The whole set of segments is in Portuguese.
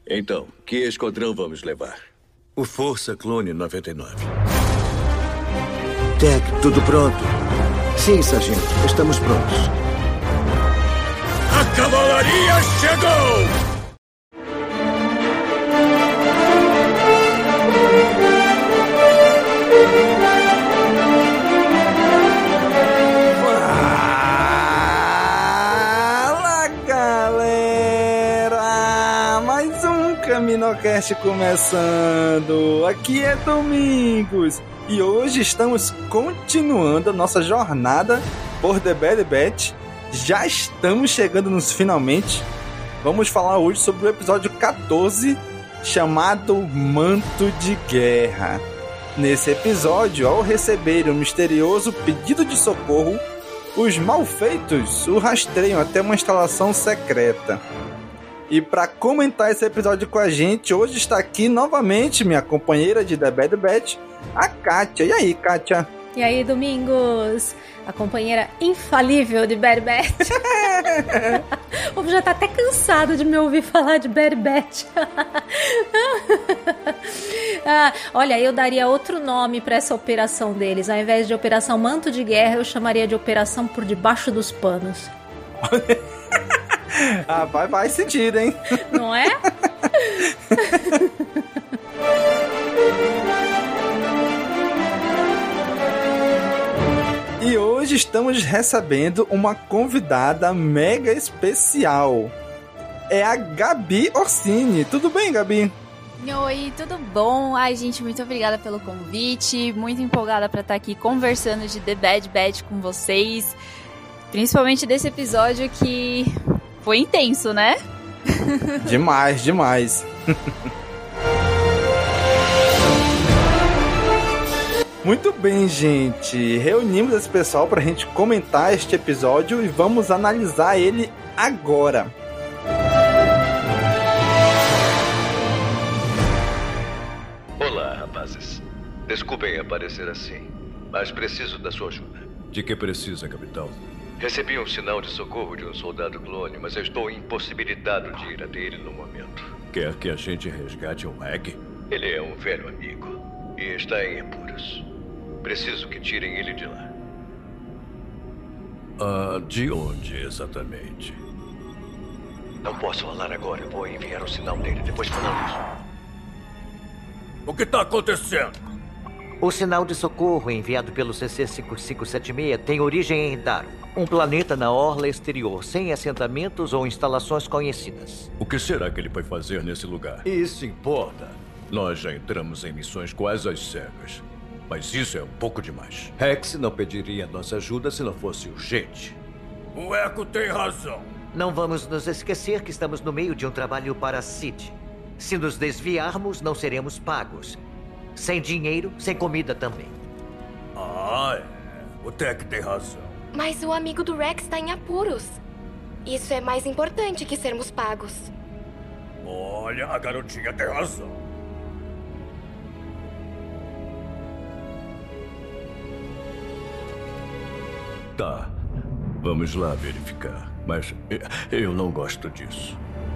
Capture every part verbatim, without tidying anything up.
Então, que esquadrão vamos levar? O Força Clone noventa e nove. Tech, tudo pronto? Sim, sargento. Estamos prontos. A cavalaria chegou! Caminocast começando, aqui é Domingos e hoje estamos continuando a nossa jornada por The Bad Batch. Já estamos chegando nos finalmente. Vamos falar hoje sobre o episódio catorze, chamado Manto de Guerra. Nesse episódio, ao receberem um misterioso pedido de socorro, os malfeitos o rastreiam até uma instalação secreta. E para comentar esse episódio com a gente, hoje está aqui novamente minha companheira de The Bad Batch, a Kátia. E aí, Kátia? E aí, Domingos? A companheira infalível de Bad Batch. O povo já tá até cansado de me ouvir falar de Bad Batch. Ah, olha, eu daria outro nome para essa operação deles. Ao invés de Operação Manto de Guerra, eu chamaria de Operação Por Debaixo dos Panos. Ah, vai, vai sentido, hein? Não é? E hoje estamos recebendo uma convidada mega especial. É a Gabi Orsini. Tudo bem, Gabi? Oi, tudo bom? Ai, gente, muito obrigada pelo convite. Muito empolgada para estar aqui conversando de The Bad Batch com vocês. Principalmente desse episódio que foi intenso, né? Demais, demais. Muito bem, gente. Reunimos esse pessoal pra gente comentar este episódio e vamos analisar ele agora. Olá, rapazes. Desculpem aparecer assim, mas preciso da sua ajuda. De que precisa, capitão? Recebi um sinal de socorro de um soldado clone, mas eu estou impossibilitado de ir até ele no momento. Quer que a gente resgate um hack? Ele é um velho amigo e está em apuros. Preciso que tirem ele de lá. Ah, de onde exatamente? Não posso falar agora. Vou enviar o sinal dele. Depois falamos. O que está acontecendo? O sinal de socorro enviado pelo C C cinco cinco sete seis tem origem em Daru, um planeta na orla exterior, sem assentamentos ou instalações conhecidas. O que será que ele foi fazer nesse lugar? Isso importa. Nós já entramos em missões quase às cegas, mas isso é um pouco demais. Rex não pediria nossa ajuda se não fosse urgente. O Echo tem razão. Não vamos nos esquecer que estamos no meio de um trabalho para a Cid. Se nos desviarmos, não seremos pagos. Sem dinheiro, sem comida também. Ah, é. O Tech tem razão. Mas o amigo do Rex está em apuros. Isso é mais importante que sermos pagos. Olha, a garotinha tem razão. Tá, vamos lá verificar. Mas eu não gosto disso.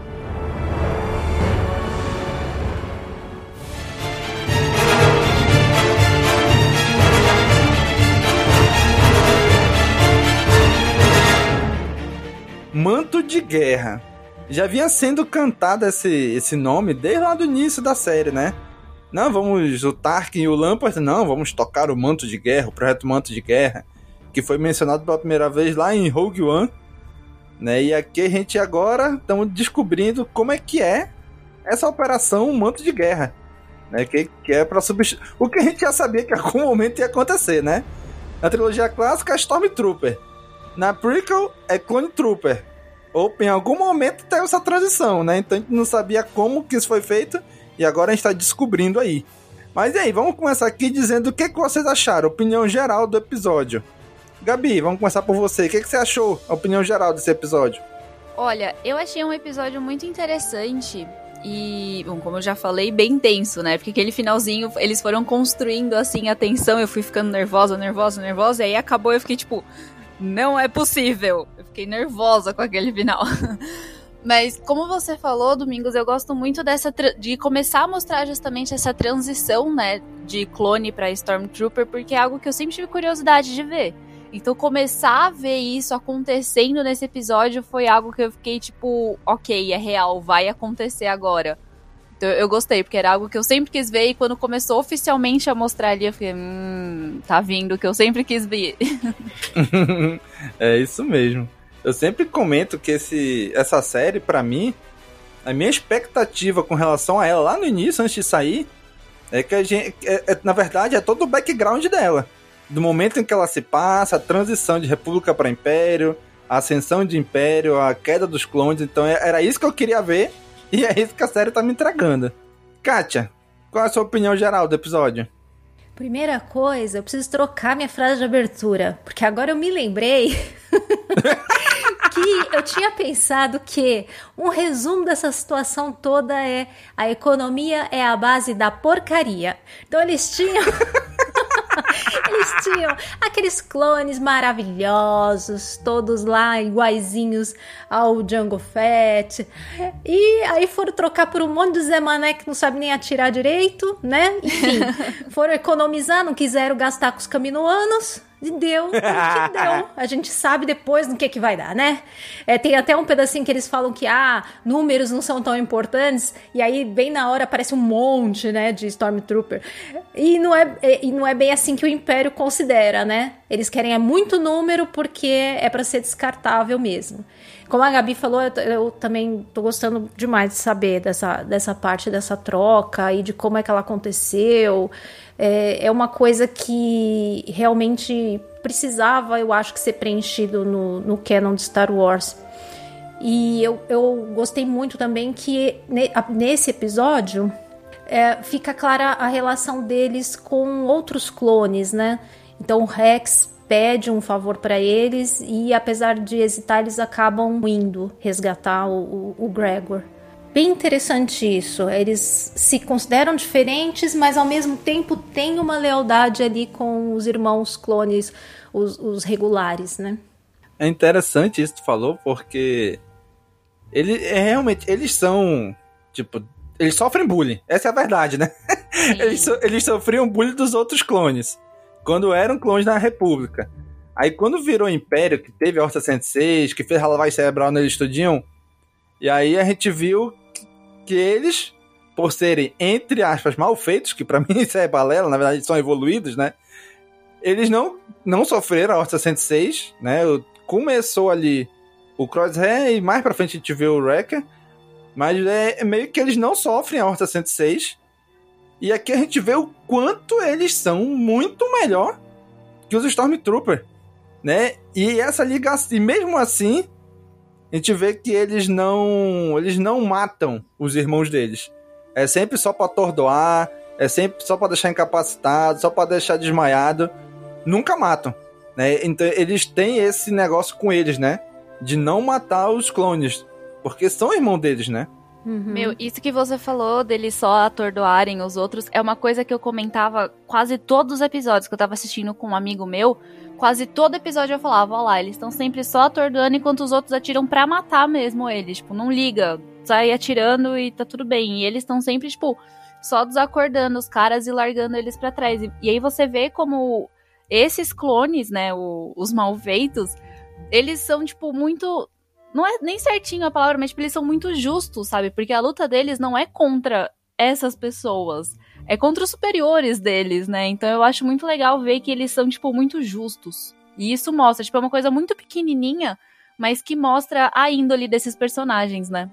Manto de Guerra. Já vinha sendo cantado esse, esse nome desde lá do início da série, né? Não, vamos, o Tarkin e o Lampard, não, vamos tocar o Manto de Guerra, o projeto Manto de Guerra, que foi mencionado pela primeira vez lá em Rogue One, né? E aqui a gente agora estamos descobrindo como é que é essa operação Manto de Guerra, né? Que, que é para substituir... O que a gente já sabia que em algum momento ia acontecer, né? Na trilogia clássica, Stormtrooper. Na prequel, é Clone Trooper. Ou em algum momento teve essa transição, né? Então a gente não sabia como que isso foi feito e agora a gente está descobrindo aí. Mas e aí, vamos começar aqui dizendo o que, que vocês acharam, opinião geral do episódio. Gabi, vamos começar por você. O que, que você achou, a opinião geral desse episódio? Olha, eu achei um episódio muito interessante e, bom, como eu já falei, bem tenso, né? Porque aquele finalzinho, eles foram construindo, assim, a tensão, eu fui ficando nervosa, nervosa, nervosa, e aí acabou, eu fiquei tipo... Não é possível. Eu fiquei nervosa com aquele final. Mas como você falou, Domingos, eu gosto muito dessa tra- de começar a mostrar justamente essa transição, né, de clone pra Stormtrooper, porque é algo que eu sempre tive curiosidade de ver. Então começar a ver isso acontecendo nesse episódio foi algo que eu fiquei tipo, ok, é real, vai acontecer agora. Então eu gostei, porque era algo que eu sempre quis ver, e quando começou oficialmente a mostrar ali, eu fiquei, hum, tá vindo o que eu sempre quis ver. É isso mesmo. Eu sempre comento que esse, essa série, pra mim, a minha expectativa com relação a ela lá no início, antes de sair, é que a gente, é, é, na verdade, é todo o background dela. Do momento em que ela se passa, a transição de República para Império, a ascensão de Império, a queda dos clones. Então era isso que eu queria ver, e é isso que a série tá me entregando. Kátia, qual é a sua opinião geral do episódio? Primeira coisa, eu preciso trocar minha frase de abertura, porque agora eu me lembrei que eu tinha pensado que um resumo dessa situação toda é: a economia é a base da porcaria. Então eles tinham... Eles tinham aqueles clones maravilhosos, todos lá iguaizinhos ao Jango Fett. E aí foram trocar por um monte de Zé Mané que não sabe nem atirar direito, né? Enfim, foram economizar, não quiseram gastar com os caminoanos. E deu o que deu. A gente sabe depois no que que vai dar, né? É, tem até um pedacinho que eles falam que, ah, números não são tão importantes, e aí bem na hora aparece um monte, né, de Stormtrooper. E não é, e não é bem assim que o Império considera, né? Eles querem é muito número porque é pra ser descartável mesmo. Como a Gabi falou, eu, eu também tô gostando demais de saber dessa, dessa parte, dessa troca e de como é que ela aconteceu. É, é uma coisa que realmente precisava, eu acho, que ser preenchido no, no canon de Star Wars. E eu, eu gostei muito também que ne, nesse episódio é, fica clara a relação deles com outros clones, né? Então o Rex pede um favor para eles e, apesar de hesitar, eles acabam indo resgatar o, o, o Gregor. Bem interessante isso. Eles se consideram diferentes, mas ao mesmo tempo têm uma lealdade ali com os irmãos clones, os, os regulares, né? É interessante isso que tu falou, porque ele, é, realmente, eles são, tipo, eles sofrem bullying. Essa é a verdade, né? Eles, so, eles sofriam bullying dos outros clones, quando eram clones da República. Aí quando virou Império, que teve a Orta cento e seis, que fez a lavagem cerebral neles tudinho, e aí a gente viu que eles, por serem, entre aspas, mal feitos, que pra mim isso é balela, na verdade são evoluídos, né? Eles não, não sofreram a Orta cento e seis, né? Começou ali o Crosshair e mais pra frente a gente vê o Wrecker, mas é meio que eles não sofrem a Orta cento e seis, e aqui a gente vê o quanto eles são muito melhor que os Stormtrooper, né? E essa ligação, e mesmo assim, a gente vê que eles não, eles não matam os irmãos deles. É sempre só pra atordoar, é sempre só pra deixar incapacitado, só pra deixar desmaiado. Nunca matam, né? Então eles têm esse negócio com eles, né? De não matar os clones, porque são irmãos deles, né? Uhum. Meu, isso que você falou deles só atordoarem os outros é uma coisa que eu comentava quase todos os episódios que eu tava assistindo com um amigo meu. Quase todo episódio eu falava, ó lá, eles estão sempre só atordoando enquanto os outros atiram pra matar mesmo eles. Tipo, não liga, sai atirando e tá tudo bem. E eles estão sempre, tipo, só desacordando os caras e largando eles pra trás. E, e aí você vê como esses clones, né, o, os malfeitos, eles são, tipo, muito... Não é nem certinho a palavra, mas tipo, eles são muito justos, sabe? Porque a luta deles não é contra essas pessoas. É contra os superiores deles, né? Então eu acho muito legal ver que eles são, tipo, muito justos. E isso mostra, tipo, é uma coisa muito pequenininha, mas que mostra a índole desses personagens, né?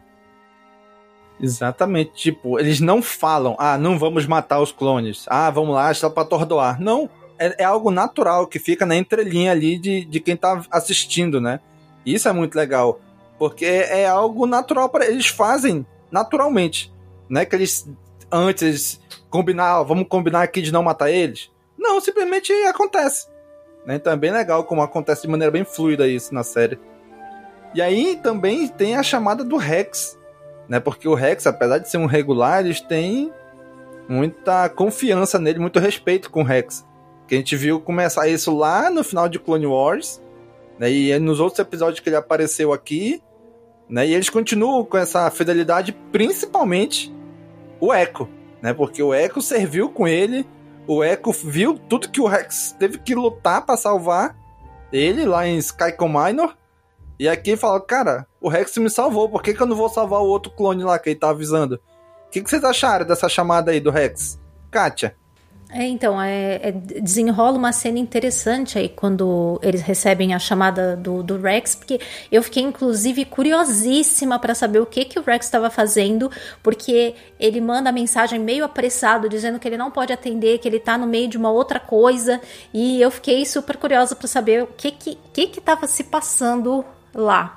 Exatamente. Tipo, eles não falam, ah, não vamos matar os clones. Ah, vamos lá, só pra atordoar. Não, é, é algo natural que fica na entrelinha ali de, de quem tá assistindo, né? Isso é muito legal. Porque é algo natural para eles, fazem naturalmente, né? Que eles antes combinar, vamos combinar aqui de não matar eles. Não, simplesmente acontece, né? Então é bem legal como acontece de maneira bem fluida isso na série. E aí também tem a chamada do Rex, né? Porque o Rex, apesar de ser um regular, eles têm muita confiança nele, muito respeito com o Rex. Que a gente viu começar isso lá no final de Clone Wars, né? E nos outros episódios que ele apareceu aqui. né? E eles continuam com essa fidelidade, principalmente o Echo, né? Porque o Echo serviu com ele, o Echo viu tudo que o Rex teve que lutar pra salvar ele lá em Skycon Minor, e aqui fala, cara, o Rex me salvou, por que que eu não vou salvar o outro clone lá que ele tá avisando? O que que vocês acharam dessa chamada aí do Rex? Kátia? É, então, é, é, desenrola uma cena interessante aí quando eles recebem a chamada do, do Rex, porque eu fiquei, inclusive, curiosíssima para saber o que, que o Rex estava fazendo, porque ele manda a mensagem meio apressado, dizendo que ele não pode atender, que ele tá no meio de uma outra coisa, e eu fiquei super curiosa para saber o que que, que que tava se passando lá.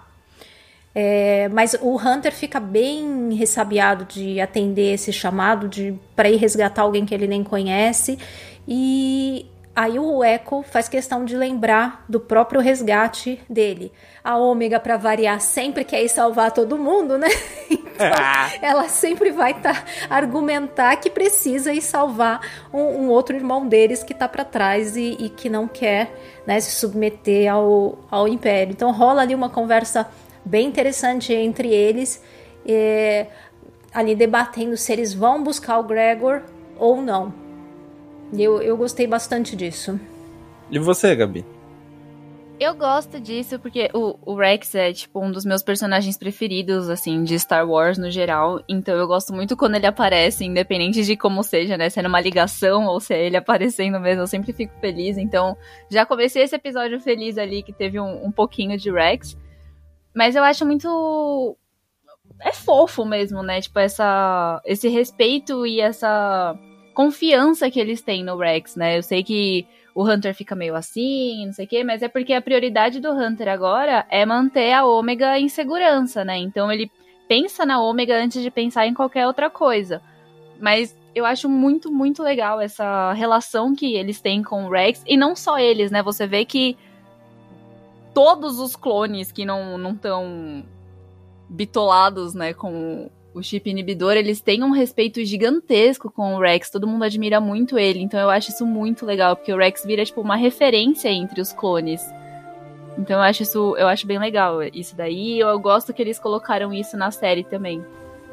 É, mas o Hunter fica bem ressabiado de atender esse chamado de para ir resgatar alguém que ele nem conhece, e aí o Echo faz questão de lembrar do próprio resgate dele. A Ômega, para variar, sempre quer ir salvar todo mundo, né? Então, ela sempre vai tá, argumentar que precisa ir salvar um, um outro irmão deles que tá para trás e, e que não quer, né, se submeter ao, ao Império. Então rola ali uma conversa bem interessante entre eles, é, ali debatendo se eles vão buscar o Gregor ou não. Eu, eu gostei bastante disso. E você, Gabi? Eu gosto disso porque o, o Rex é, tipo, um dos meus personagens preferidos, assim, de Star Wars no geral. Então eu gosto muito quando ele aparece, independente de como seja, né? Se é numa ligação ou se é ele aparecendo mesmo, eu sempre fico feliz. Então já comecei esse episódio feliz ali, que teve um, um pouquinho de Rex. Mas eu acho muito... É fofo mesmo, né? Tipo, essa... esse respeito e essa confiança que eles têm no Rex, né? Eu sei que o Hunter fica meio assim, não sei o quê, mas é porque a prioridade do Hunter agora é manter a Ômega em segurança, né? Então ele pensa na Ômega antes de pensar em qualquer outra coisa. Mas eu acho muito, muito legal essa relação que eles têm com o Rex. E não só eles, né? Você vê que todos os clones que não não estão bitolados, né, com o chip inibidor, eles têm um respeito gigantesco com o Rex. Todo mundo admira muito ele. Então eu acho isso muito legal, porque o Rex vira, tipo, uma referência entre os clones. Então eu acho isso, eu acho bem legal isso daí. Eu gosto que eles colocaram isso na série também.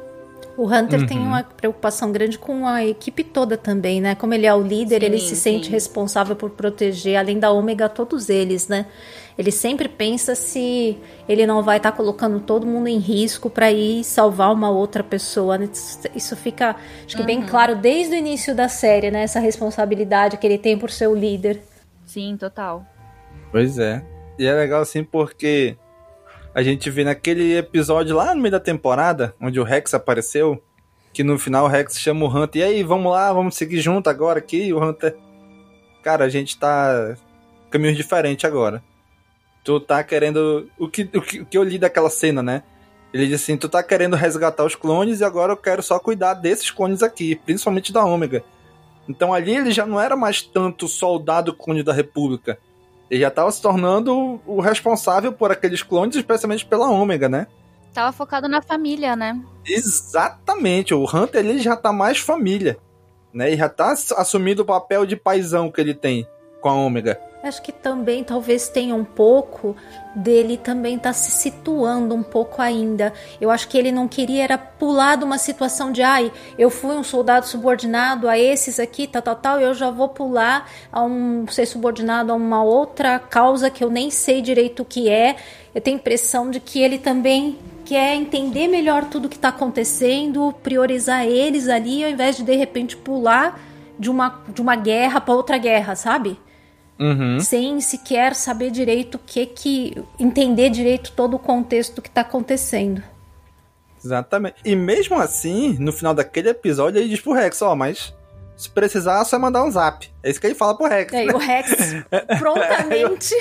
O Hunter Uhum. tem uma preocupação grande com a equipe toda também, né? Como ele é o líder, Sim, ele se sente sim. responsável por proteger, além da Ômega, todos eles, né? Ele sempre pensa se ele não vai estar tá colocando todo mundo em risco para ir salvar uma outra pessoa. Isso fica, acho que, Uhum. bem claro desde o início da série, né? Essa responsabilidade que ele tem por ser o líder. Sim, total. Pois é. E é legal assim porque a gente vê naquele episódio lá no meio da temporada, onde o Rex apareceu, que no final o Rex chama o Hunter, e aí, vamos lá, vamos seguir junto agora aqui, e o Hunter... Cara, a gente tá caminhos diferentes agora. Tu tá querendo... O que, o que, o que eu li daquela cena, né? Ele diz assim, tu tá querendo resgatar os clones e agora eu quero só cuidar desses clones aqui, principalmente da Ômega. Então ali ele já não era mais tanto soldado clone da República. Ele já tava se tornando o responsável por aqueles clones, especialmente pela Ômega, né? Tava focado na família, né? Exatamente. O Hunter ele já tá mais família, né? Ele já tá assumindo o papel de paizão que ele tem com a Ômega. Acho que também talvez tenha um pouco dele também tá se situando um pouco ainda. Eu acho que ele não queria era pular de uma situação de ai, eu fui um soldado subordinado a esses aqui, tal, tal, tal, e eu já vou pular a um ser subordinado a uma outra causa que eu nem sei direito o que é. Eu tenho a impressão de que ele também quer entender melhor tudo que tá acontecendo, priorizar eles ali, ao invés de de repente pular de uma, de uma guerra para outra guerra, sabe? Uhum. Sem sequer saber direito o que que... entender direito todo o contexto que tá acontecendo. Exatamente. E mesmo assim, no final daquele episódio, ele diz pro Rex, ó, oh, mas se precisar, é só mandar um zap. É isso que ele fala pro Rex. É, e né? o Rex prontamente...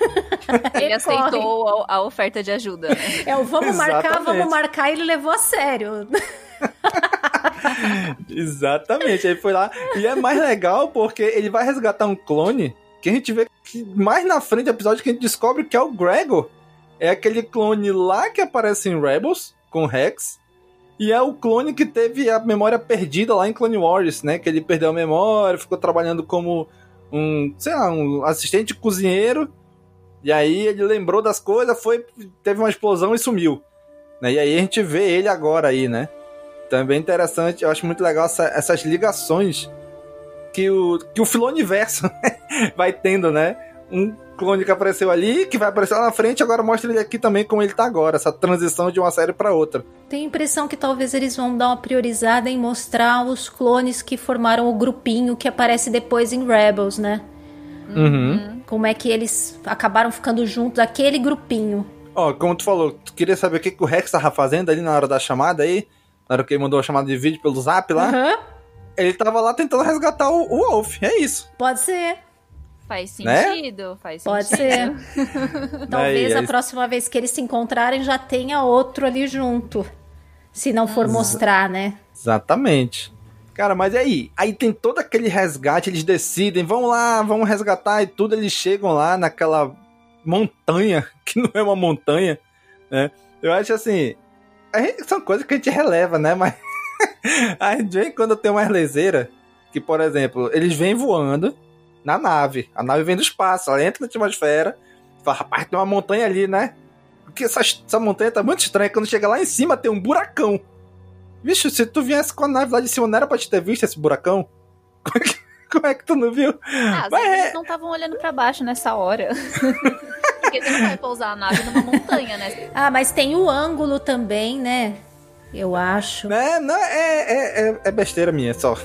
Ele aceitou a, a oferta de ajuda, né? É o vamos marcar, Exatamente. vamos marcar, ele levou a sério. Exatamente. Ele foi lá. E é mais legal porque ele vai resgatar um clone que a gente vê que mais na frente do episódio que a gente descobre que é o Gregor. É aquele clone lá que aparece em Rebels, com o Rex. E é o clone que teve a memória perdida lá em Clone Wars, né? Que ele perdeu a memória, ficou trabalhando como um, sei lá, um assistente cozinheiro. E aí ele lembrou das coisas, foi, teve uma explosão e sumiu. né? E aí a gente vê ele agora aí, né? Então é bem interessante, eu acho muito legal essa, essas ligações que o, que o Filoniverso vai tendo, né? Um clone que apareceu ali, que vai aparecer lá na frente, agora mostra ele aqui também como ele tá agora, essa transição de uma série pra outra. Tenho a impressão que talvez eles vão dar uma priorizada em mostrar os clones que formaram o grupinho que aparece depois em Rebels, né? Uhum. Como é que eles acabaram ficando juntos, aquele grupinho. Ó, como tu falou, tu queria saber o que, que o Rex tava fazendo ali na hora da chamada aí? Na hora que ele mandou a chamada de vídeo pelo Zap lá? Uhum. Ele tava lá tentando resgatar o, o Wolf, é isso. Pode ser. Faz sentido, né? Faz sentido. Pode ser. Talvez é, é, a próxima vez que eles se encontrarem já tenha outro ali junto. Se não for mostrar, né? Exatamente. Cara, mas e aí? Aí tem todo aquele resgate, eles decidem, vão lá, vamos resgatar e tudo, eles chegam lá naquela montanha, que não é uma montanha, né? Eu acho assim, a gente, são coisas que a gente releva, né? Mas a gente vem quando tem uma leseira, que, por exemplo, eles vêm voando na nave, a nave vem do espaço, ela entra na atmosfera, fala, rapaz, tem uma montanha ali, né? Porque essa, essa montanha tá muito estranha, quando chega lá em cima tem um buracão. Bicho, se tu viesse com a nave lá de cima, não era pra te ter visto esse buracão? Como é que, como é que tu não viu? Ah, Mas eles é... não estavam olhando pra baixo nessa hora. Porque você não vai pousar a nave numa montanha, né? Ah, mas tem o ângulo também, né? Eu acho. É, não, é, é, é besteira minha, só.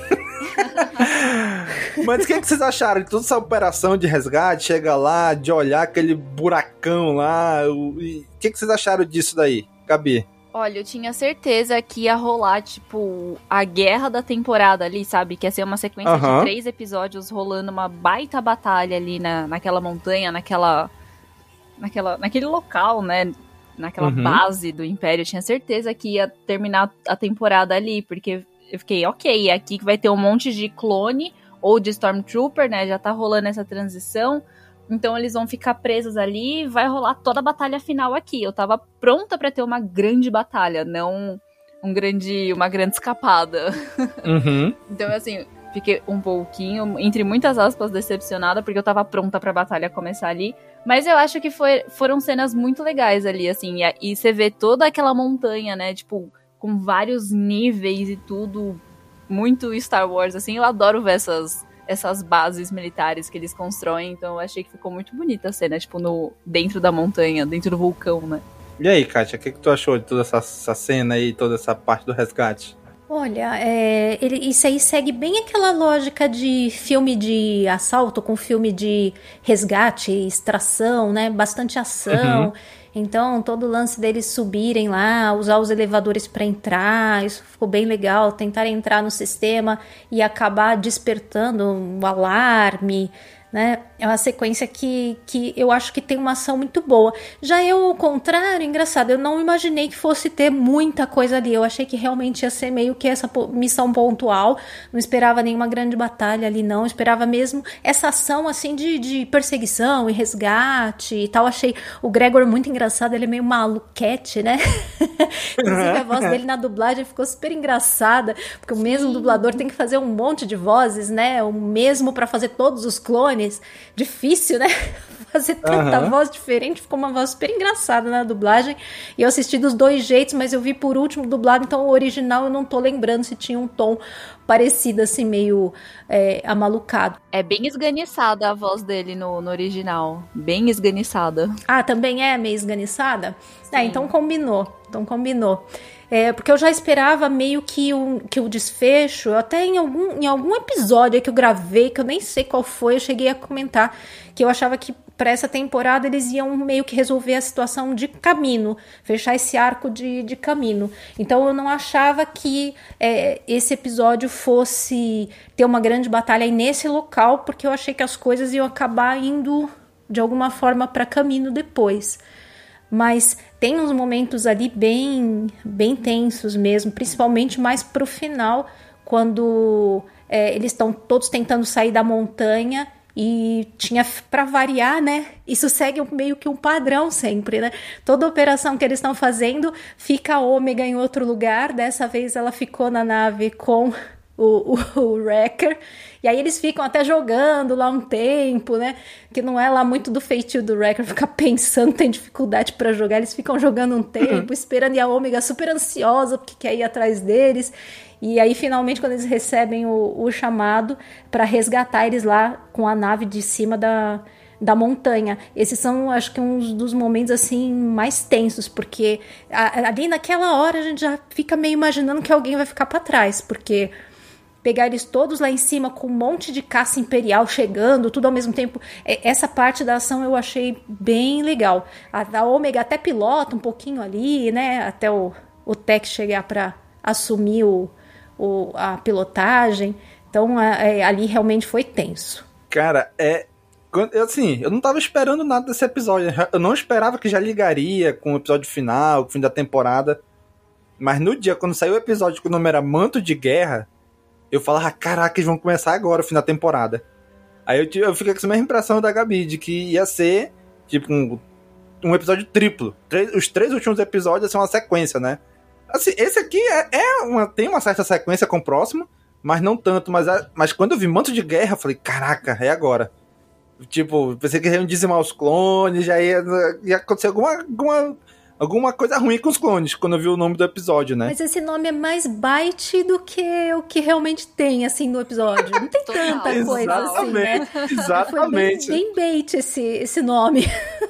Mas o que, que vocês acharam de toda essa operação de resgate? Chega lá, de olhar aquele buracão lá. O que, que vocês acharam disso daí, Gabi? Olha, eu tinha certeza que ia rolar, tipo, a guerra da temporada ali, sabe? Que ia ser uma sequência uhum. de três episódios rolando uma baita batalha ali na, naquela montanha, naquela, naquela, naquele local, né? Naquela uhum. base do Império. Eu tinha certeza que ia terminar a temporada ali, porque eu fiquei, ok, é aqui que vai ter um monte de clone ou de Stormtrooper, né? Já tá rolando essa transição. Então eles vão ficar presos ali e vai rolar toda a batalha final aqui. Eu tava pronta pra ter uma grande batalha, não um grande, uma grande escapada. Uhum. Então, assim, fiquei um pouquinho, entre muitas aspas, decepcionada, porque eu tava pronta pra batalha começar ali. Mas eu acho que foi, foram cenas muito legais ali, assim. E, e você vê toda aquela montanha, né? Tipo, com vários níveis e tudo. Muito Star Wars, assim. Eu adoro ver essas... essas bases militares que eles constroem, então eu achei que ficou muito bonita a cena, tipo, no, dentro da montanha, dentro do vulcão, né? E aí, Kátia, o que, que tu achou de toda essa, essa cena aí, toda essa parte do resgate? Olha, é, ele, isso aí segue bem aquela lógica de filme de assalto com filme de resgate, extração, né? Bastante ação. Uhum. Então, todo o lance deles subirem lá, usar os elevadores para entrar, isso ficou bem legal. Tentar entrar no sistema e acabar despertando um alarme, né? É uma sequência que, que eu acho que tem uma ação muito boa. Já eu, ao contrário, engraçado, eu não imaginei que fosse ter muita coisa ali. Eu achei que realmente ia ser meio que essa missão pontual. Não esperava nenhuma grande batalha ali, não. Eu esperava mesmo essa ação, assim, de, de perseguição e resgate e tal. Achei o Gregor muito engraçado. Ele é meio maluquete, né? Inclusive, a voz dele na dublagem ficou super engraçada, porque o mesmo dublador tem que fazer um monte de vozes, né? O mesmo para fazer todos os clones. Difícil, né? Fazer tanta uhum. voz diferente. Ficou uma voz super engraçada na dublagem. E eu assisti dos dois jeitos, mas eu vi por último dublado, então o original eu não tô lembrando se tinha um tom parecido, assim, meio é, amalucado. É bem esganiçada a voz dele no, no original. Bem esganiçada. Ah, também é meio esganiçada? É, então combinou. Então combinou. É, porque eu já esperava meio que o, que o desfecho, até em algum, em algum episódio que eu gravei, que eu nem sei qual foi, eu cheguei a comentar que eu achava que para essa temporada eles iam meio que resolver a situação de caminho, fechar esse arco de, de caminho. Então eu não achava que é, esse episódio fosse ter uma grande batalha aí nesse local, porque eu achei que as coisas iam acabar indo de alguma forma para caminho depois. Mas tem uns momentos ali bem, bem tensos mesmo, principalmente mais pro final, quando é, eles estão todos tentando sair da montanha e tinha, para variar, né? Isso segue meio que um padrão sempre, né? Toda operação que eles estão fazendo, fica a Ômega em outro lugar, dessa vez ela ficou na nave com o, o, o Wrecker. E aí eles ficam até jogando lá um tempo, né? Que não é lá muito do feitio do Wrecker ficar pensando, tem dificuldade pra jogar. Eles ficam jogando um tempo, esperando, e a Ômega super ansiosa porque quer ir atrás deles. E aí, finalmente, quando eles recebem o, o chamado pra resgatar eles lá com a nave de cima da, da montanha. Esses são, acho que, uns dos momentos, assim, mais tensos, porque a, ali naquela hora a gente já fica meio imaginando que alguém vai ficar pra trás, porque pegar eles todos lá em cima com um monte de caça imperial chegando, tudo ao mesmo tempo. Essa parte da ação eu achei bem legal. A, a Ômega até pilota um pouquinho ali, né? Até o, o Tech chegar para assumir o, o, a pilotagem. Então a, a, ali realmente foi tenso. Cara, é... Assim, eu não tava esperando nada desse episódio. Eu não esperava que já ligaria com o episódio final, com o fim da temporada. Mas no dia, quando saiu o episódio que o nome era Manto de Guerra, eu falava, caraca, eles vão começar agora, o fim da temporada. Aí eu, eu fiquei com essa mesma impressão da Gabi, de que ia ser, tipo, um, um episódio triplo. Três, os três últimos episódios são uma sequência, né? Assim, esse aqui é, é uma, tem uma certa sequência com o próximo, mas não tanto. Mas, mas quando eu vi Manto de Guerra, eu falei, caraca, é agora. Tipo, pensei que iam dizimar os clones, já ia, ia acontecer alguma... alguma Alguma coisa ruim com os clones, quando eu vi o nome do episódio, né? Mas esse nome é mais bait do que o que realmente tem, assim, no episódio. Não tem tanta coisa assim, né? Exatamente. Foi bem, bem bait esse, esse nome.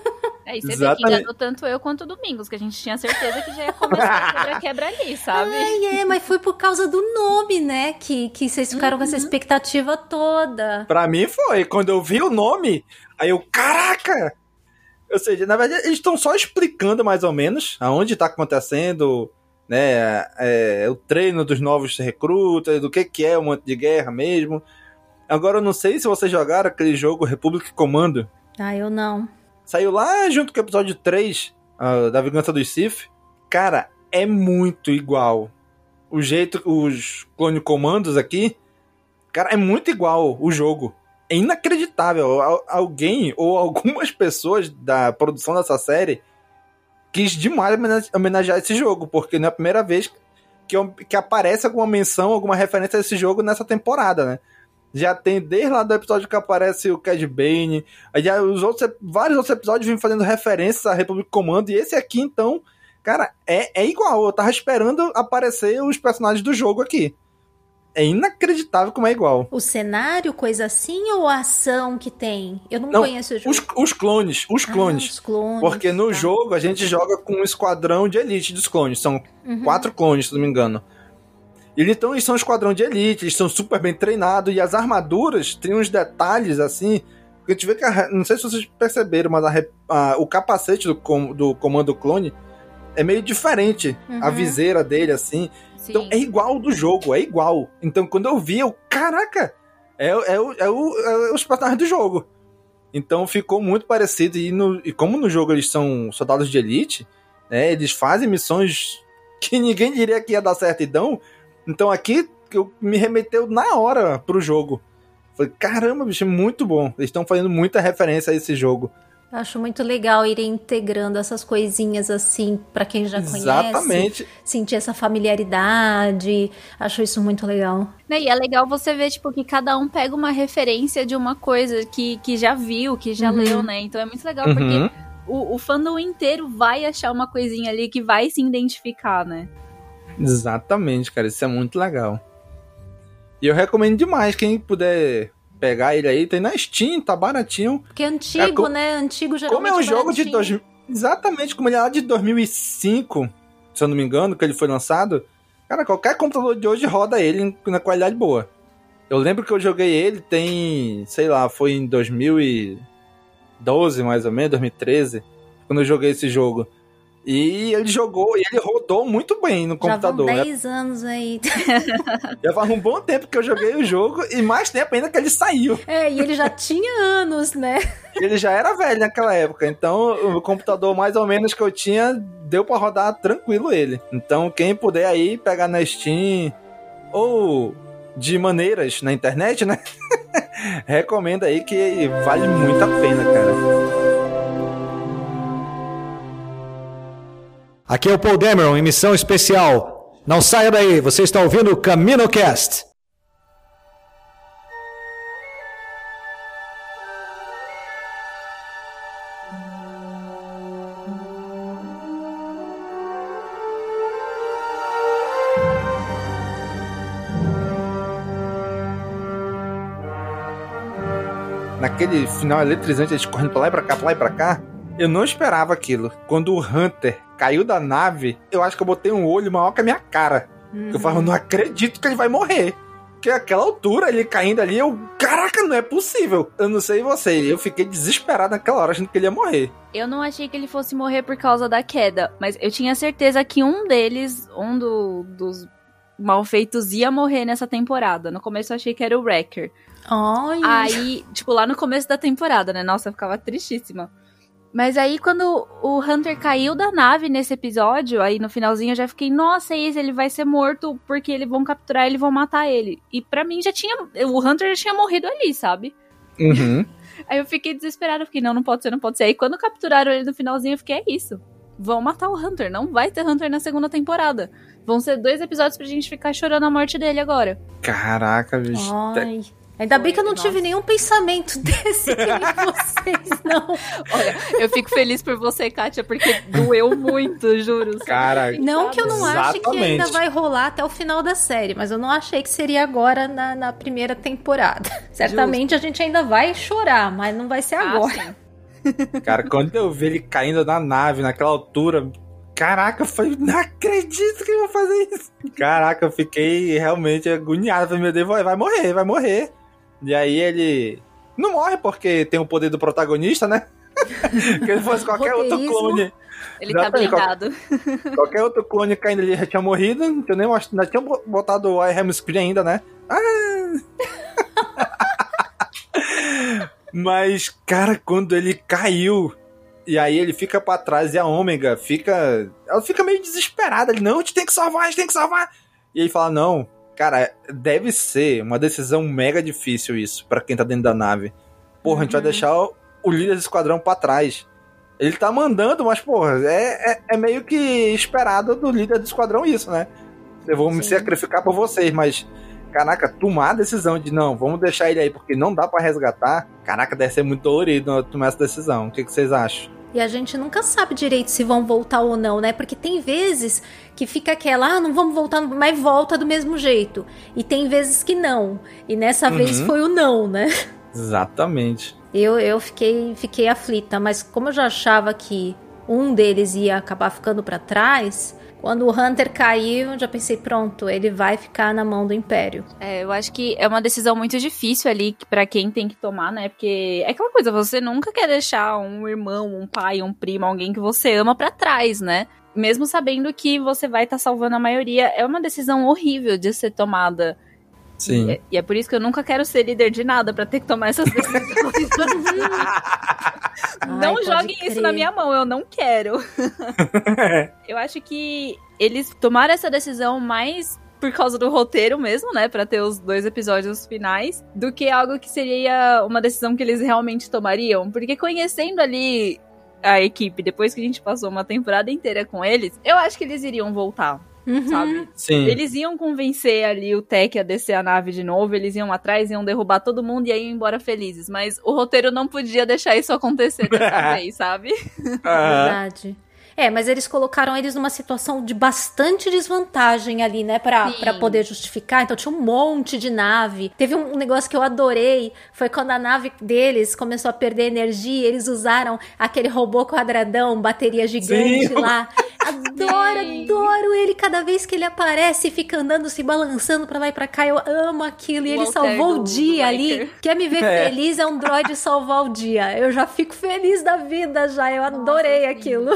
É, e você vê que enganou tanto eu quanto o Domingos, que a gente tinha certeza que já ia começar a quebra-quebra ali, sabe? Ai, é, mas foi por causa do nome, né? Que, que vocês ficaram uhum. com essa expectativa toda. Pra mim foi. Quando eu vi o nome, aí eu, caraca! Ou seja, na verdade, eles estão só explicando mais ou menos aonde está acontecendo, né, é, o treino dos novos recrutas, do que, que é o Manto de Guerra mesmo. Agora, eu não sei se vocês jogaram aquele jogo Republic Commando. Ah, eu não. Saiu lá junto com o episódio três, uh, da Vingança dos Sith. Cara, é muito igual. O jeito, os clone comandos aqui, cara, é muito igual o jogo. É inacreditável. Alguém ou algumas pessoas da produção dessa série quis demais homenagear esse jogo, porque não é a primeira vez que, que aparece alguma menção, alguma referência a esse jogo nessa temporada, né? Já tem desde lá do episódio que aparece o Cad Bane, já os outros, vários outros episódios vêm fazendo referências à Republic Commando, e esse aqui, então, cara, é, é igual. Eu tava esperando aparecer os personagens do jogo aqui. É inacreditável como é igual. O cenário, coisa assim, ou a ação que tem? Eu não, não conheço o jogo. Os, os clones, os clones. Ah, os clones. Porque no tá. jogo a gente joga com um esquadrão de elite dos clones. São uhum. quatro clones, se não me engano. E então eles são um esquadrão de elite, eles são super bem treinados. E as armaduras têm uns detalhes assim. Porque a gente vê que, a, não sei se vocês perceberam, mas a, a, o capacete do, com, do comando clone é meio diferente. Uhum. A viseira dele, assim. Sim. Então é igual do jogo, é igual. Então quando eu vi, eu, caraca, é, é, o, é, o, é os personagens do jogo. Então ficou muito parecido. E, no, e como no jogo eles são soldados de elite, né, eles fazem missões que ninguém diria que ia dar certo e dão. Então aqui eu me remeteu na hora pro jogo. Falei, caramba, bicho, muito bom. Eles estão fazendo muita referência a esse jogo. Acho muito legal ir integrando essas coisinhas assim, pra quem já conhece. Exatamente. Sentir essa familiaridade. Acho isso muito legal. E é legal você ver, tipo, que cada um pega uma referência de uma coisa que, que já viu, que já uhum. leu, né? Então é muito legal, uhum. porque o, o fandom inteiro vai achar uma coisinha ali que vai se identificar, né? Exatamente, cara. Isso é muito legal. E eu recomendo demais, quem puder pegar ele aí, tem na Steam, tá baratinho. Porque é antigo, é, né? Antigo geralmente Como é um é jogo de... Dois, exatamente, como ele é lá de dois mil e cinco, se eu não me engano, que ele foi lançado. Cara, qualquer computador de hoje roda ele na qualidade boa. Eu lembro que eu joguei ele tem, sei lá, foi em dois mil e doze, mais ou menos, dois mil e treze, quando eu joguei esse jogo. E ele jogou, e ele rodou muito bem no computador. Já vão dez anos aí. Já faz um bom tempo que eu joguei o jogo, e mais tempo ainda que ele saiu. É, e ele já tinha anos, né? Ele já era velho naquela época, então o computador mais ou menos que eu tinha, deu pra rodar tranquilo ele. Então quem puder aí pegar na Steam, ou de maneiras na internet, né? Recomendo aí que vale muito a pena, cara. Aqui é o Paul Dameron em missão especial. Não saia daí, você está ouvindo o CaminoCast. naquele final eletrizante, eles correndo pra lá e pra cá, pra lá e pra cá, eu não esperava aquilo. Quando o Hunter caiu da nave, eu acho que eu botei um olho maior que a minha cara. Uhum. Eu falo, não acredito que ele vai morrer. Porque aquela altura, ele caindo ali, eu... Caraca, não é possível. Eu não sei você, eu fiquei desesperado naquela hora, achando que ele ia morrer. Eu não achei que ele fosse morrer por causa da queda, mas eu tinha certeza que um deles, um do, dos malfeitos, ia morrer nessa temporada. No começo eu achei que era o Wrecker. Ai. Aí, tipo, lá no começo da temporada, né? Nossa, eu ficava tristíssima. Mas aí, quando o Hunter caiu da nave nesse episódio, aí no finalzinho eu já fiquei, nossa, esse ele vai ser morto porque eles vão capturar ele e vão matar ele. E pra mim já tinha, o Hunter já tinha morrido ali, sabe? Uhum. Aí eu fiquei desesperada, fiquei, não, não pode ser, não pode ser. Aí quando capturaram ele no finalzinho, eu fiquei, é isso. Vão matar o Hunter, não vai ter Hunter na segunda temporada. Vão ser dois episódios pra gente ficar chorando a morte dele agora. Caraca, bicho. Ai... Ainda bem que eu não Nossa. tive nenhum pensamento desse que nem vocês, não. Olha, eu fico feliz por você, Kátia, porque doeu muito, juro. Cara, Não que eu não ache que exatamente. ainda vai rolar até o final da série, mas eu não achei que seria agora na, na primeira temporada. Certamente Justo. A gente ainda vai chorar, mas não vai ser agora. Ah, cara, quando eu vi ele caindo na nave, naquela altura... Caraca, eu falei, não acredito que eu vou fazer isso. Caraca, eu fiquei realmente agoniado. Falei, meu Deus, vai, vai morrer, vai morrer. E aí ele não morre porque tem o poder do protagonista, né? Que ele fosse qualquer outro clone. Ele tá blindado. Qualquer, qualquer outro clone caindo ali já tinha morrido. Não tinha nem ainda tinha botado o I Am Screen ainda, né? Ah! Mas, cara, quando ele caiu... E aí ele fica pra trás e a Ômega fica... Ela fica meio desesperada. Ele, não, a gente tem que salvar, a gente tem que salvar. E ele fala, não... Cara, deve ser uma decisão mega difícil isso, pra quem tá dentro da nave. Porra, uhum. A gente vai deixar o, o líder do esquadrão pra trás. Ele tá mandando, mas, porra, é, é, é meio que esperado do líder do esquadrão isso, né? Eu vou Sim. me sacrificar por vocês, mas... Caraca, tomar a decisão de, não, vamos deixar ele aí, porque não dá pra resgatar. Caraca, deve ser muito dolorido tomar essa decisão. O que, que vocês acham? E a gente nunca sabe direito se vão voltar ou não, né? Porque tem vezes que fica aquela, ah, não vamos voltar, mas volta do mesmo jeito. E tem vezes que não. E nessa uhum. vez foi o não, né? Exatamente. Eu, eu fiquei, fiquei aflita, mas como eu já achava que um deles ia acabar ficando pra trás... Quando o Hunter caiu, eu já pensei, pronto, ele vai ficar na mão do Império. É, eu acho que é uma decisão muito difícil ali pra quem tem que tomar, né? Porque é aquela coisa, você nunca quer deixar um irmão, um pai, um primo, alguém que você ama pra trás, né? Mesmo sabendo que você vai estar tá salvando a maioria, é uma decisão horrível de ser tomada. Sim. E é, e é por isso que eu nunca quero ser líder de nada pra ter que tomar essas decisões. Não Ai, joguem isso crer. Na minha mão, eu não quero. Eu acho que eles tomaram essa decisão mais por causa do roteiro mesmo, né? Pra ter os dois episódios finais, do que algo que seria uma decisão que eles realmente tomariam. Porque conhecendo ali a equipe, depois que a gente passou uma temporada inteira com eles, eu acho que eles iriam voltar. Uhum. Sabe? Sim. Eles iam convencer ali o Tech a descer a nave de novo, eles iam atrás, iam derrubar todo mundo e aí iam embora felizes. Mas o roteiro não podia deixar isso acontecer dessa vez, sabe? Verdade. É, mas eles colocaram eles numa situação de bastante desvantagem ali, né? Pra, pra poder justificar. Então tinha um monte de nave. Teve um, um negócio que eu adorei. Foi quando a nave deles começou a perder energia. Eles usaram aquele robô quadradão, bateria gigante Sim. lá. Adoro, Sim. adoro ele. Cada vez que ele aparece e fica andando, se balançando pra lá e pra cá. Eu amo aquilo. E ele Walter salvou do, o dia ali. Quer me ver é. feliz? É um droid salvar o dia. Eu já fico feliz da vida já. Eu adorei Nossa, aquilo.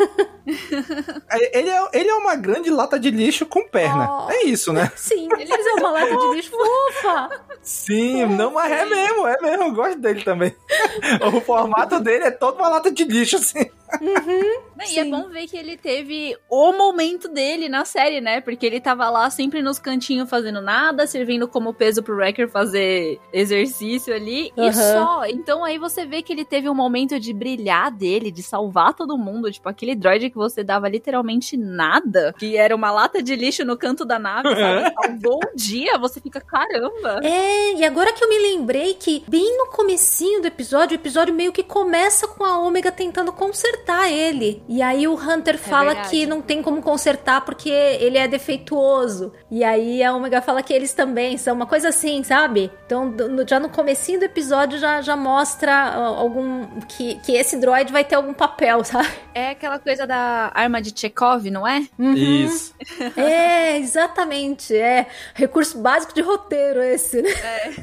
Ele é, ele é uma grande lata de lixo com perna. Oh, é isso, né? Sim, ele é uma lata de lixo fofa. Sim, fofa. Não, mas é mesmo, é mesmo. Eu gosto dele também. O formato dele é todo uma lata de lixo, assim. Uhum, e é bom ver que ele teve o momento dele na série, né? Porque ele tava lá sempre nos cantinhos fazendo nada, servindo como peso pro Wrecker fazer exercício ali, uhum. e só. Então aí você vê que ele teve um momento de brilhar dele, de salvar todo mundo. Tipo, aquele droid que você dava literalmente nada, que era uma lata de lixo no canto da nave, sabe? Salvou o dia, você fica, caramba. É, e agora que eu me lembrei que bem no comecinho do episódio, o episódio meio que começa com a Ômega tentando consertar consertar ele. E aí o Hunter fala verdade. que não tem como consertar porque ele é defeituoso. E aí a Omega fala que eles também são uma coisa assim, sabe? Então do, já no comecinho do episódio já, já mostra uh, algum que, que esse droid vai ter algum papel, sabe? É aquela coisa da arma de Chekhov, não é? Uhum. Isso. É, exatamente. É recurso básico de roteiro esse, né?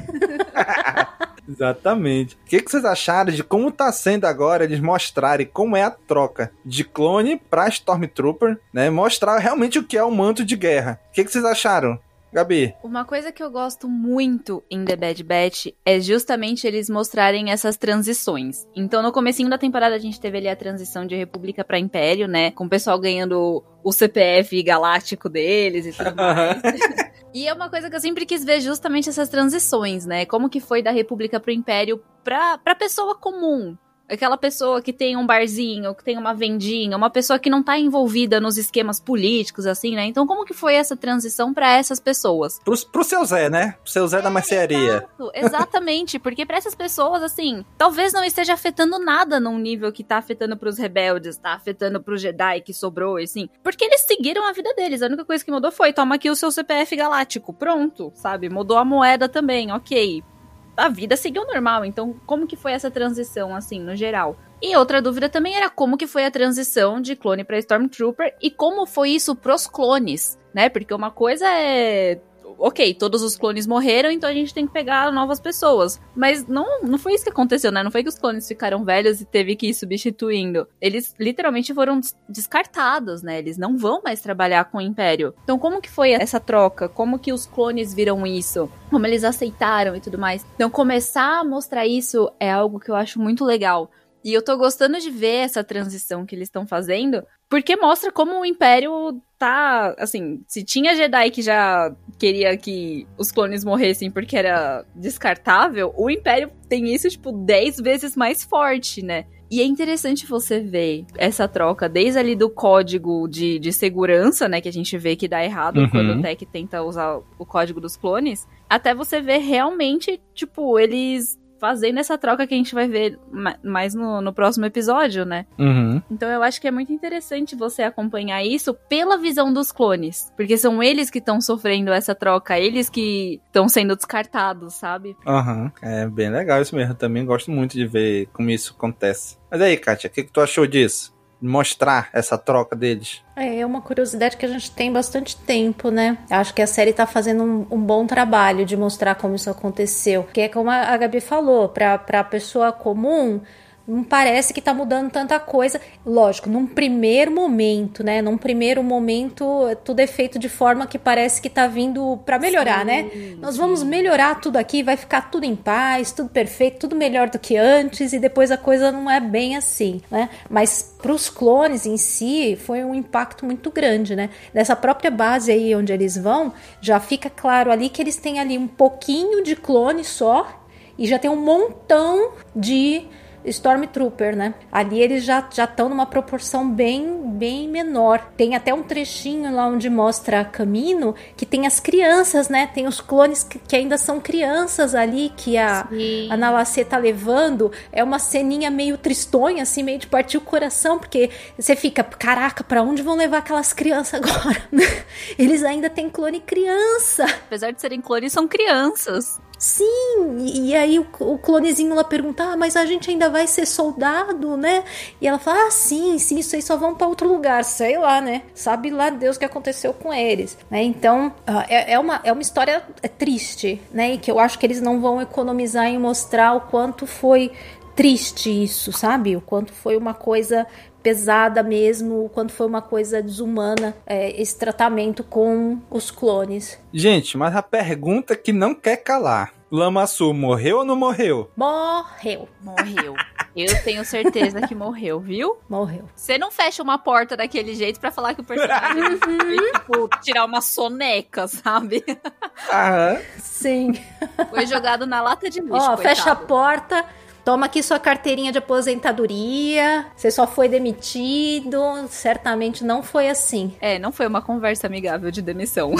É. Exatamente. O que, que vocês acharam de como tá sendo agora eles mostrarem como é a troca de clone pra Stormtrooper, né? Mostrar realmente o que é o manto de guerra. O que, que vocês acharam? Gabi? Uma coisa que eu gosto muito em The Bad Batch é justamente eles mostrarem essas transições. Então, no comecinho da temporada, a gente teve ali a transição de República pra Império, né? Com o pessoal ganhando o C P F galáctico deles e tudo mais. E é uma coisa que eu sempre quis ver justamente essas transições, né? Como que foi da República pro Império pra, pra pessoa comum. Aquela pessoa que tem um barzinho, que tem uma vendinha, uma pessoa que não tá envolvida nos esquemas políticos, assim, né? Então, como que foi essa transição pra essas pessoas? Pro, pro seu Zé, né? Pro seu Zé é, da mercearia. Exato, exatamente. Porque pra essas pessoas, assim, talvez não esteja afetando nada num nível que tá afetando pros rebeldes, tá afetando pro Jedi que sobrou, assim. Porque eles seguiram a vida deles. A única coisa que mudou foi, toma aqui o seu C P F galáctico. Pronto, sabe? Mudou a moeda também, ok. A vida seguiu normal, então como que foi essa transição, assim, no geral? E outra dúvida também era como que foi a transição de clone pra Stormtrooper e como foi isso pros clones, né? Porque uma coisa é... Ok, todos os clones morreram, então a gente tem que pegar novas pessoas. Mas não, não foi isso que aconteceu, né? Não foi que os clones ficaram velhos e teve que ir substituindo. Eles literalmente foram descartados, né? Eles não vão mais trabalhar com o Império. Então como que foi essa troca? Como que os clones viram isso? Como eles aceitaram e tudo mais? Então começar a mostrar isso é algo que eu acho muito legal. E eu tô gostando de ver essa transição que eles estão fazendo, porque mostra como o Império tá, assim, se tinha Jedi que já queria que os clones morressem porque era descartável, o Império tem isso, tipo, dez vezes mais forte, né? E é interessante você ver essa troca, desde ali do código de, de segurança, né, que a gente vê que dá errado uhum. quando o Tech tenta usar o código dos clones, até você ver realmente, tipo, eles... fazendo essa troca que a gente vai ver mais no, no próximo episódio, né? Uhum. Então eu acho que é muito interessante você acompanhar isso pela visão dos clones. Porque são eles que estão sofrendo essa troca, eles que estão sendo descartados, sabe? Aham, uhum. É bem legal isso mesmo. Eu também gosto muito de ver como isso acontece. Mas aí, Kátia, o que, que tu achou disso? Mostrar essa troca deles. É uma curiosidade que a gente tem bastante tempo, né? Acho que a série tá fazendo um, um bom trabalho de mostrar como isso aconteceu. Que é como a Gabi falou, pra, pra pessoa comum, não parece que tá mudando tanta coisa. Lógico, num primeiro momento, né? Num primeiro momento, tudo é feito de forma que parece que tá vindo pra melhorar, sim, né? Nós sim. vamos melhorar tudo aqui, vai ficar tudo em paz, tudo perfeito, tudo melhor do que antes, e depois a coisa não é bem assim, né? Mas pros clones em si, foi um impacto muito grande, né? Nessa própria base aí onde eles vão, já fica claro ali que eles têm ali um pouquinho de clone só, e já tem um montão de Stormtrooper, né? Ali eles já já estão numa proporção bem bem menor. Tem até um trechinho lá onde mostra Camino que tem as crianças, né? Tem os clones que, que ainda são crianças ali que a, a Nalacê tá levando. É uma ceninha meio tristonha, assim, meio de partir o coração, porque você fica, caraca, pra onde vão levar aquelas crianças agora? Eles ainda têm clone criança. Apesar de serem clones, são crianças. Sim, e, e aí o, o clonezinho lá pergunta, ah, mas a gente ainda vai ser soldado, né? E ela fala, ah, sim, sim, isso aí só vão pra outro lugar, sei lá, né? Sabe lá Deus o que aconteceu com eles, né? Então, uh, é, é, uma, é uma história triste, né? E que eu acho que eles não vão economizar em mostrar o quanto foi triste isso, sabe? O quanto foi uma coisa pesada mesmo, o quanto foi uma coisa desumana, é, esse tratamento com os clones. Gente, mas a pergunta que não quer calar, Lama Sul morreu ou não morreu? Morreu. Morreu. Eu tenho certeza que morreu, viu? Morreu. Você não fecha uma porta daquele jeito pra falar que o personagem foi, tipo, tirar uma soneca, sabe? Aham. Sim. Foi jogado na lata de lixo, Ó, coitado. Fecha a porta, toma aqui sua carteirinha de aposentadoria, você só foi demitido, certamente não foi assim. É, não foi uma conversa amigável de demissão.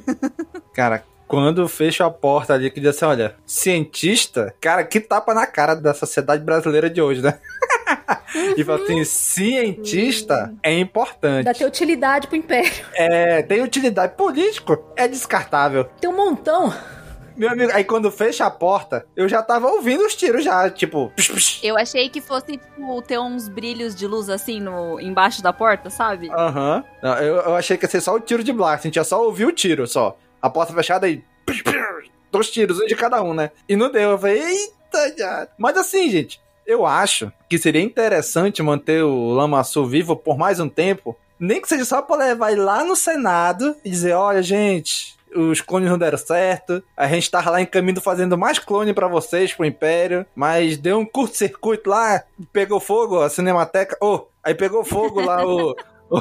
Cara, quando fecha a porta ali, que diz assim, olha, cientista, cara, que tapa na cara da sociedade brasileira de hoje, né? Tipo assim, cientista é importante. Dá ter utilidade pro Império. É, tem utilidade. Político é descartável. Tem um montão. Meu amigo, aí quando fecha a porta, eu já tava ouvindo os tiros já, tipo... Psh, psh. Eu achei que fosse, tipo, ter uns brilhos de luz assim no, embaixo da porta, sabe? Aham. Uhum. Eu, eu achei que ia ser só o tiro de blast, a gente ia só ouvir o tiro, só. A porta fechada e... Psh, psh, dois tiros, um de cada um, né? E não deu, eu falei, eita, já. Mas assim, gente, eu acho que seria interessante manter o Lamassu vivo por mais um tempo, nem que seja só pra levar ele lá no Senado e dizer, olha, gente... Os clones não deram certo. A gente tava lá em caminho fazendo mais clone pra vocês, pro Império. Mas deu um curto-circuito lá. Pegou fogo a Cinemateca. Oh, aí pegou fogo lá o, o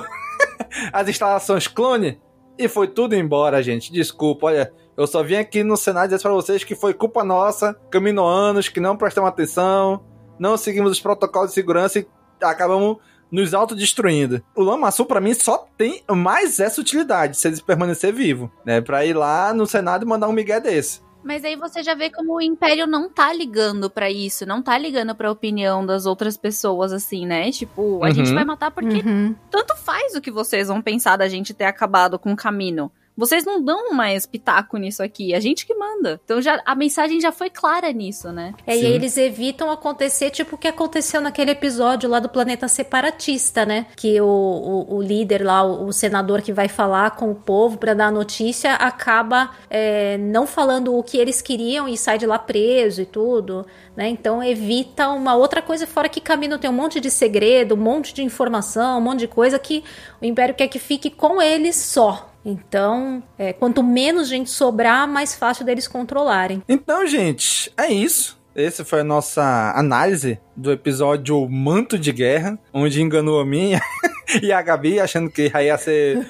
as instalações clone. E foi tudo embora, gente. Desculpa, olha. Eu só vim aqui no Senado dizer pra vocês que foi culpa nossa. Caminoanos, que não prestamos atenção. Não seguimos os protocolos de segurança e acabamos... nos autodestruindo. O Lamassu, pra mim, só tem mais essa utilidade, se ele permanecer vivo, né? Pra ir lá no Senado e mandar um migué desse. Mas aí você já vê como o Império não tá ligando pra isso, não tá ligando pra opinião das outras pessoas, assim, né? Tipo, a uhum. gente vai matar porque uhum. tanto faz o que vocês vão pensar da gente ter acabado com o Camino. Vocês não dão mais pitaco nisso aqui, a gente que manda. Então já, a mensagem já foi clara nisso, né? É, e aí eles evitam acontecer tipo o que aconteceu naquele episódio lá do Planeta Separatista, né? Que o, o, o líder lá, o, o senador que vai falar com o povo pra dar a notícia, acaba é, não falando o que eles queriam e sai de lá preso e tudo, né? Então evita uma outra coisa, fora que Camino tem um monte de segredo, um monte de informação, um monte de coisa que o Império quer que fique com eles só. Então, é, quanto menos gente sobrar, mais fácil deles controlarem. Então, gente, é isso. Essa foi a nossa análise do episódio Manto de Guerra, onde enganou a minha e a Gabi, achando que ia ser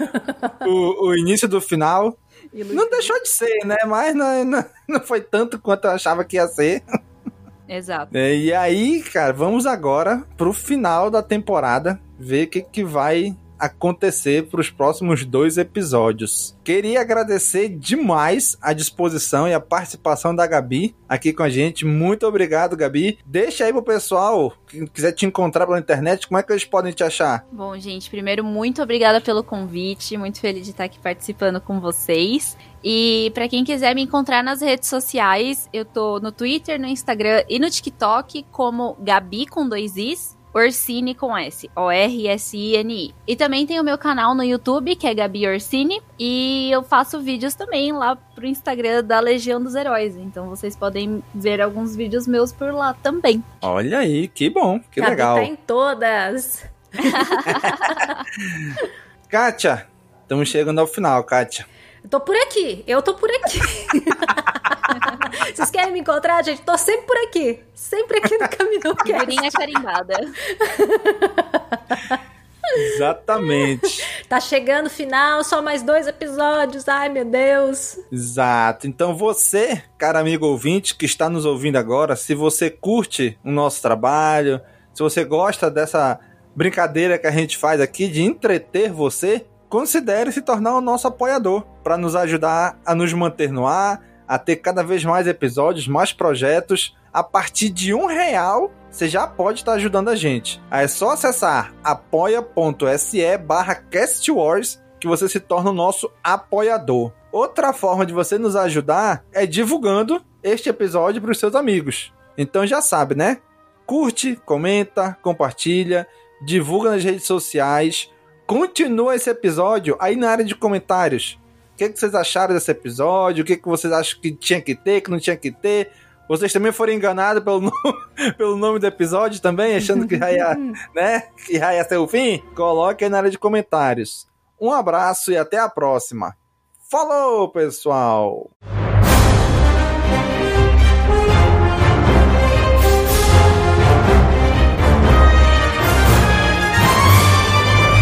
o, o início do final. Não deixou de ser, né? Mas não, não, não foi tanto quanto eu achava que ia ser. Exato. É, e aí, cara, vamos agora pro final da temporada, ver o que, que vai... acontecer para os próximos dois episódios. Queria agradecer demais a disposição e a participação da Gabi aqui com a gente. Muito obrigado, Gabi. Deixa aí pro pessoal que quiser te encontrar pela internet, como é que eles podem te achar? Bom, gente, primeiro, muito obrigada pelo convite. Muito feliz de estar aqui participando com vocês. E para quem quiser me encontrar nas redes sociais, eu tô no Twitter, no Instagram e no TikTok como Gabi com dois Is. Orsini com S, O R S I N I. E também tem o meu canal no YouTube, que é Gabi Orsini, e eu faço vídeos também lá pro Instagram da Legião dos Heróis, então vocês podem ver alguns vídeos meus por lá também. Olha aí, que bom, que Gabi legal. Tá em todas. Kátia, estamos chegando ao final, Kátia. Eu tô por aqui, eu tô por aqui. Vocês querem me encontrar, gente? Tô sempre por aqui. Sempre aqui no Caminho Cast. Figurinha carimbada. Exatamente. Tá chegando o final, só mais dois episódios. Ai, meu Deus. Exato. Então você, cara amigo ouvinte, que está nos ouvindo agora, se você curte o nosso trabalho, se você gosta dessa brincadeira que a gente faz aqui de entreter você, considere se tornar o nosso apoiador para nos ajudar a nos manter no ar, a ter cada vez mais episódios, mais projetos. A partir de um real, você já pode estar ajudando a gente. Aí é só acessar apoia.se barra castwars que você se torna o nosso apoiador. Outra forma de você nos ajudar é divulgando este episódio para os seus amigos. Então já sabe, né? Curte, comenta, compartilha, divulga nas redes sociais. Continua esse episódio aí na área de comentários. O que, que vocês acharam desse episódio? O que, que vocês acham que tinha que ter, que não tinha que ter? Vocês também foram enganados pelo, no... pelo nome do episódio também, achando que já ia, né? Que já ia ser o fim? Coloque aí na área de comentários. Um abraço e até a próxima. Falou, pessoal!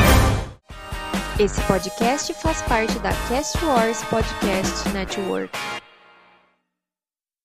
Esse podcast faz parte da Cast Wars Podcast Network.